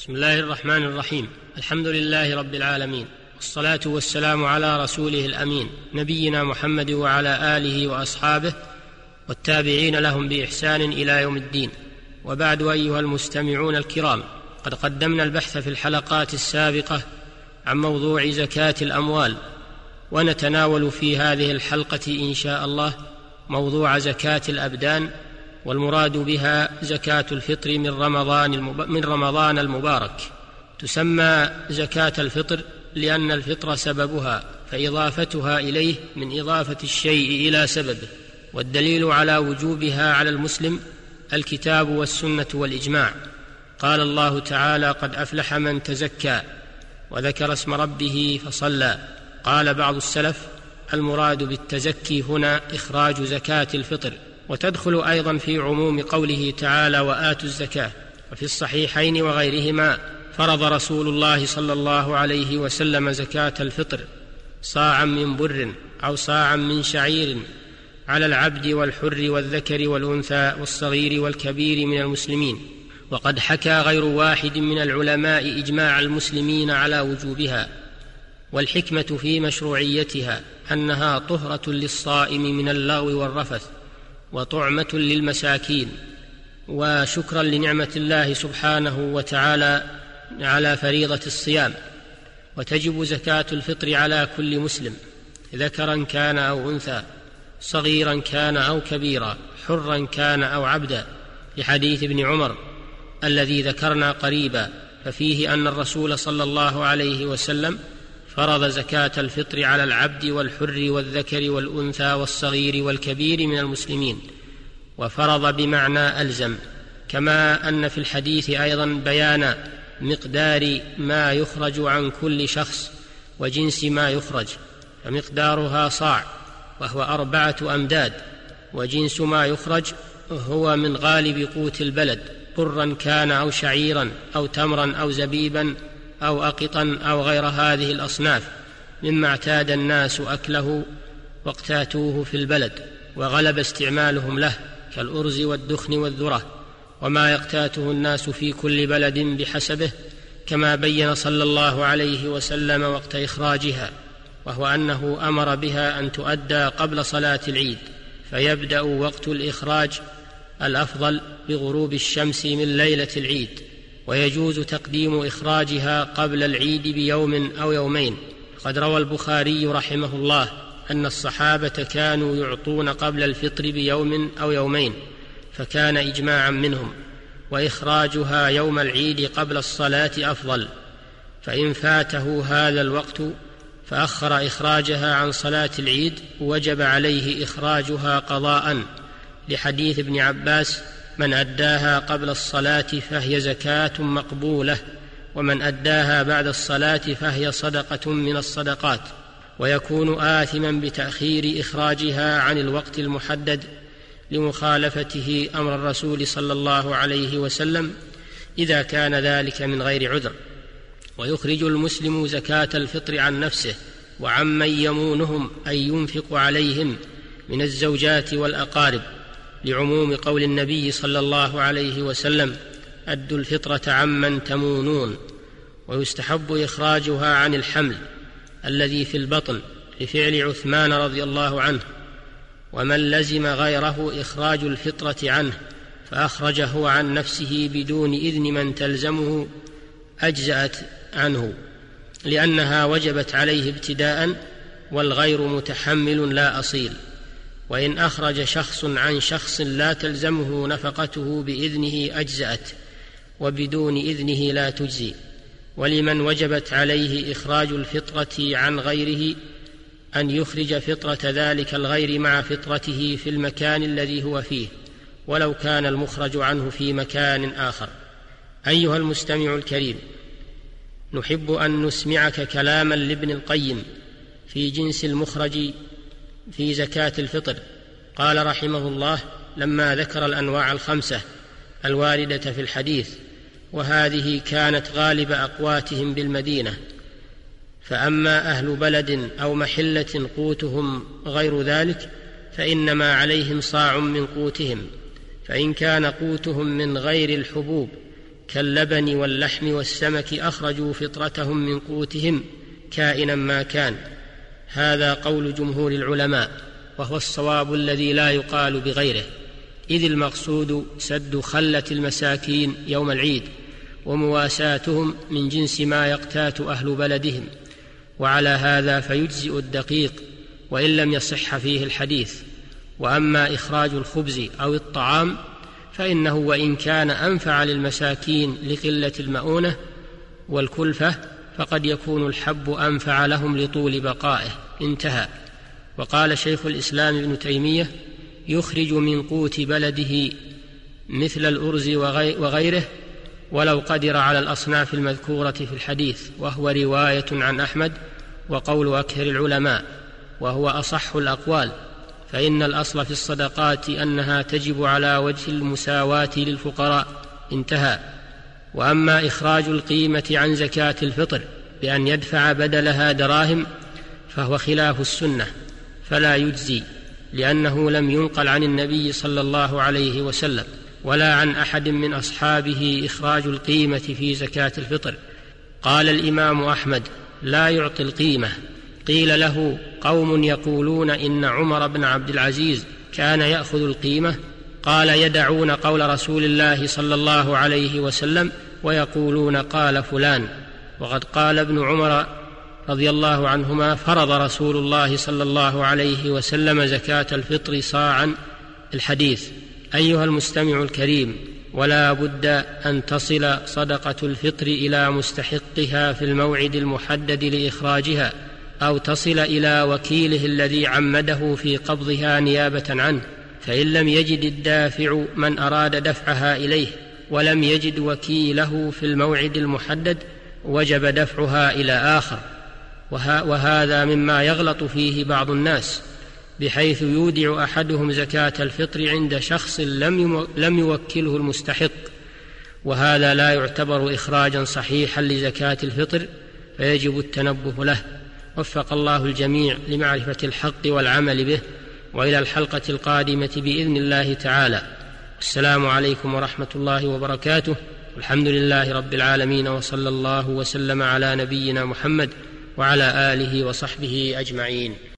بسم الله الرحمن الرحيم. الحمد لله رب العالمين، والصلاة والسلام على رسوله الأمين نبينا محمد وعلى آله وأصحابه والتابعين لهم بإحسان إلى يوم الدين. وبعد، أيها المستمعون الكرام، قد قدمنا البحث في الحلقات السابقة عن موضوع زكاة الأموال، ونتناول في هذه الحلقة إن شاء الله موضوع زكاة الأبدان، والمراد بها زكاة الفطر من رمضان المبارك. تسمى زكاة الفطر لأن الفطر سببها، فإضافتها إليه من إضافة الشيء إلى سببه. والدليل على وجوبها على المسلم الكتاب والسنة والإجماع. قال الله تعالى: قد أفلح من تزكى وذكر اسم ربه فصلى. قال بعض السلف: المراد بالتزكي هنا إخراج زكاة الفطر، وتدخل أيضا في عموم قوله تعالى: وآتوا الزكاة. وفي الصحيحين وغيرهما فرض رسول الله صلى الله عليه وسلم زكاة الفطر صاعا من بر أو صاعا من شعير على العبد والحر والذكر والأنثى والصغير والكبير من المسلمين. وقد حكى غير واحد من العلماء إجماع المسلمين على وجوبها. والحكمة في مشروعيتها أنها طهرة للصائم من اللغو والرفث، وطعمة للمساكين، وشكرا لنعمة الله سبحانه وتعالى على فريضة الصيام. وتجب زكاة الفطر على كل مسلم، ذكرا كان أو أنثى، صغيرا كان أو كبيرا، حرا كان أو عبدا، لحديث ابن عمر الذي ذكرنا قريبا، ففيه أن الرسول صلى الله عليه وسلم فرض زكاة الفطر على العبد والحر والذكر والأنثى والصغير والكبير من المسلمين، وفرض بمعنى ألزم. كما أن في الحديث أيضا بيان مقدار ما يخرج عن كل شخص وجنس ما يخرج، فمقدارها صاع وهو 4 أمداد، وجنس ما يخرج هو من غالب قوت البلد، برا كان أو شعيرا أو تمرا أو زبيبا أو أقطا أو غير هذه الأصناف مما اعتاد الناس أكله واقتاتوه في البلد وغلب استعمالهم له، كالأرز والدخن والذرة، وما يقتاته الناس في كل بلد بحسبه، كما بين صلى الله عليه وسلم وقت إخراجها، وهو أنه أمر بها أن تؤدى قبل صلاة العيد، فيبدأ وقت الإخراج الأفضل بغروب الشمس من ليلة العيد، ويجوز تقديم إخراجها قبل العيد بيوم أو يومين. قد روى البخاري رحمه الله أن الصحابة كانوا يعطون قبل الفطر بيوم أو يومين، فكان إجماعا منهم، وإخراجها يوم العيد قبل الصلاة أفضل. فإن فاته هذا الوقت فأخر إخراجها عن صلاة العيد وجب عليه إخراجها قضاء، لحديث ابن عباس: من أداها قبل الصلاة فهي زكاة مقبولة، ومن أداها بعد الصلاة فهي صدقة من الصدقات. ويكون آثما بتأخير إخراجها عن الوقت المحدد لمخالفته أمر الرسول صلى الله عليه وسلم إذا كان ذلك من غير عذر. ويخرج المسلم زكاة الفطر عن نفسه وعمن يمونهم أن ينفق عليهم من الزوجات والأقارب، لعموم قول النبي صلى الله عليه وسلم: أدوا الفطرة عمن تمونون. ويستحب إخراجها عن الحمل الذي في البطن، لفعل عثمان رضي الله عنه، ومن لزم غيره إخراج الفطرة عنه فأخرجه عن نفسه بدون إذن من تلزمه أجزأت عنه، لأنها وجبت عليه ابتداء، والغير متحمل لا أصيل. وإن أخرج شخص عن شخص لا تلزمه نفقته بإذنه أجزأت، وبدون إذنه لا تجزي. ولمن وجبت عليه إخراج الفطرة عن غيره أن يخرج فطرة ذلك الغير مع فطرته في المكان الذي هو فيه، ولو كان المخرج عنه في مكان آخر. أيها المستمع الكريم، نحب أن نسمعك كلاما لابن القيم في جنس المخرج في زكاة الفطر. قال رحمه الله لما ذكر الأنواع 5 الواردة في الحديث، وهذه كانت غالب أقواتهم بالمدينة، فأما أهل بلد أو محلة قوتهم غير ذلك فإنما عليهم صاع من قوتهم، فإن كان قوتهم من غير الحبوب كاللبن واللحم والسمك أخرجوا فطرتهم من قوتهم كائنا ما كان. هذا قول جمهور العلماء، وهو الصواب الذي لا يقال بغيره، إذ المقصود سد خلة المساكين يوم العيد ومواساتهم من جنس ما يقتات أهل بلدهم. وعلى هذا فيجزئ الدقيق وإن لم يصح فيه الحديث. وأما إخراج الخبز أو الطعام فإنه وإن كان أنفع للمساكين لقلة المؤونة والكلفة فقد يكون الحب أنفع لهم لطول بقائه. انتهى. وقال شيخ الإسلام ابن تيمية: يخرج من قوت بلده مثل الأرز وغيره ولو قدر على الأصناف المذكورة في الحديث، وهو رواية عن أحمد وقول أكثر العلماء، وهو أصح الأقوال، فإن الأصل في الصدقات أنها تجب على وجه المساواة للفقراء. انتهى. وأما إخراج القيمة عن زكاة الفطر بأن يدفع بدلها دراهم فهو خلاف السنة، فلا يجزي، لأنه لم ينقل عن النبي صلى الله عليه وسلم ولا عن أحد من أصحابه إخراج القيمة في زكاة الفطر. قال الإمام أحمد: لا يعطي القيمة. قيل له: قوم يقولون إن عمر بن عبد العزيز كان يأخذ القيمة. قال: يدعون قول رسول الله صلى الله عليه وسلم ويقولون قال فلان. وقد قال ابن عمر رضي الله عنهما: فرض رسول الله صلى الله عليه وسلم زكاة الفطر صاعا. الحديث. أيها المستمع الكريم، ولا بد أن تصل صدقة الفطر إلى مستحقها في الموعد المحدد لإخراجها، أو تصل إلى وكيله الذي عمده في قبضها نيابة عنه، فإن لم يجد الدافع من أراد دفعها إليه ولم يجد وكيله في الموعد المحدد وجب دفعها إلى آخر. وهذا مما يغلط فيه بعض الناس، بحيث يودع أحدهم زكاة الفطر عند شخص لم يوكله المستحق، وهذا لا يعتبر إخراجا صحيحا لزكاة الفطر، فيجب التنبه له. وفق الله الجميع لمعرفة الحق والعمل به، وإلى الحلقة القادمة بإذن الله تعالى. السلام عليكم ورحمة الله وبركاته. الحمد لله رب العالمين، وصلى الله وسلم على نبينا محمد وعلى آله وصحبه أجمعين.